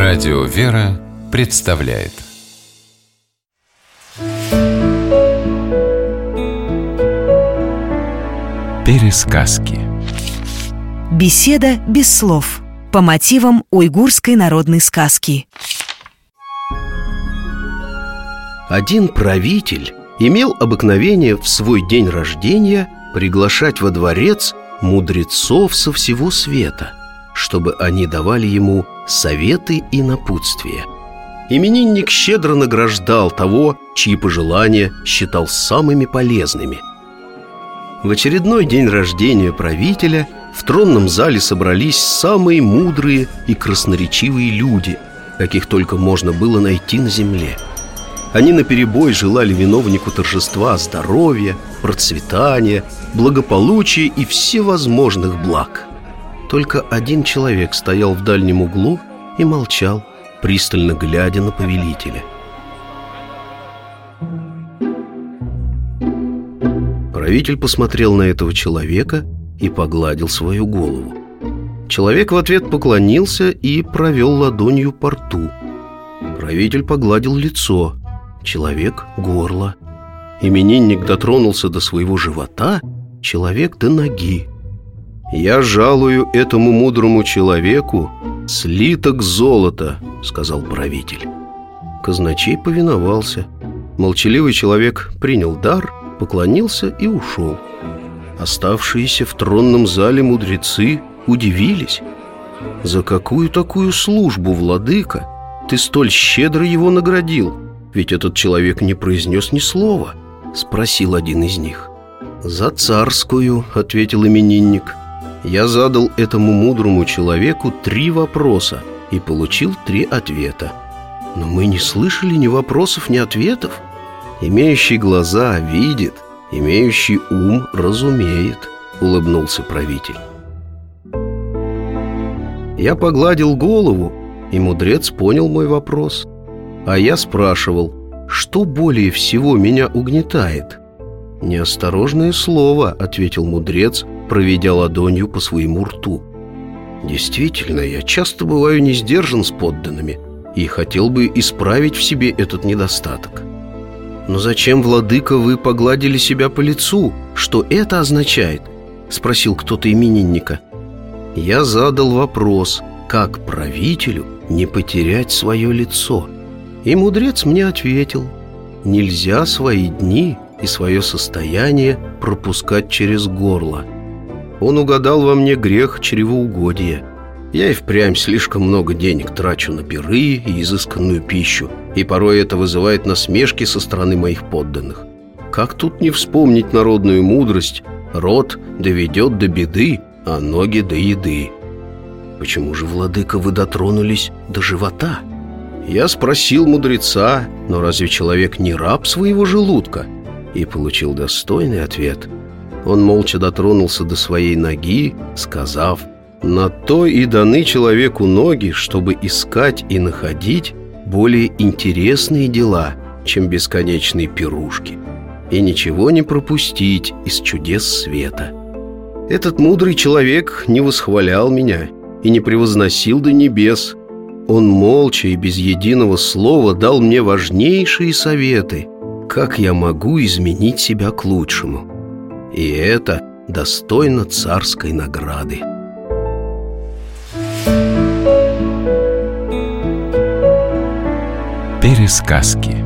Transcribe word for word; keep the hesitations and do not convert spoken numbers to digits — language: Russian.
Радио «Вера» представляет Пересказки. Беседа без слов по мотивам уйгурской народной сказки. Один правитель имел обыкновение в свой день рождения приглашать во дворец мудрецов со всего света, чтобы они давали ему советы и напутствия. Именинник щедро награждал того, чьи пожелания считал самыми полезными. В очередной день рождения правителя в тронном зале собрались самые мудрые и красноречивые люди, каких только можно было найти на земле. Они наперебой желали виновнику торжества здоровья, процветания, благополучия и всевозможных благ. Только один человек стоял в дальнем углу и молчал, пристально глядя на повелителя. Правитель посмотрел на этого человека и погладил свою голову. Человек в ответ поклонился и провел ладонью по рту. Правитель погладил лицо, человек — горло. Именинник дотронулся до своего живота, человек — до ноги. «Я жалую этому мудрому человеку слиток золота», — сказал правитель. Казначей повиновался. Молчаливый человек принял дар, поклонился и ушел. Оставшиеся в тронном зале мудрецы удивились. «За какую такую службу, владыка, ты столь щедро его наградил? Ведь этот человек не произнес ни слова», — спросил один из них. «За царскую», — ответил именинник. «Я задал этому мудрому человеку три вопроса и получил три ответа. Но мы не слышали ни вопросов, ни ответов. Имеющий глаза видит, имеющий ум разумеет», — улыбнулся правитель. Я погладил голову, и мудрец понял мой вопрос. А я спрашивал, что более всего меня угнетает? «Неосторожное слово», — ответил мудрец, проведя ладонью по своему рту. «Действительно, я часто бываю не сдержан с подданными и хотел бы исправить в себе этот недостаток». «Но зачем, владыка, вы погладили себя по лицу? Что это означает?» — спросил кто-то именинника. Я задал вопрос, как правителю не потерять свое лицо. И мудрец мне ответил: нельзя свои дни и свое состояние пропускать через горло. Он угадал во мне грех чревоугодия. Я и впрямь слишком много денег трачу на пиры и изысканную пищу, и порой это вызывает насмешки со стороны моих подданных. Как тут не вспомнить народную мудрость: рот доведет до беды, а ноги до еды? Почему же, владыка, вы дотронулись до живота? Я спросил мудреца: но разве человек не раб своего желудка? И получил достойный ответ. Он молча дотронулся до своей ноги, сказав: на то и даны человеку ноги, чтобы искать и находить более интересные дела, чем бесконечные пирушки, и ничего не пропустить из чудес света. Этот мудрый человек не восхвалял меня и не превозносил до небес. Он молча и без единого слова дал мне важнейшие советы, как я могу изменить себя к лучшему. И это достойно царской награды. Пересказки.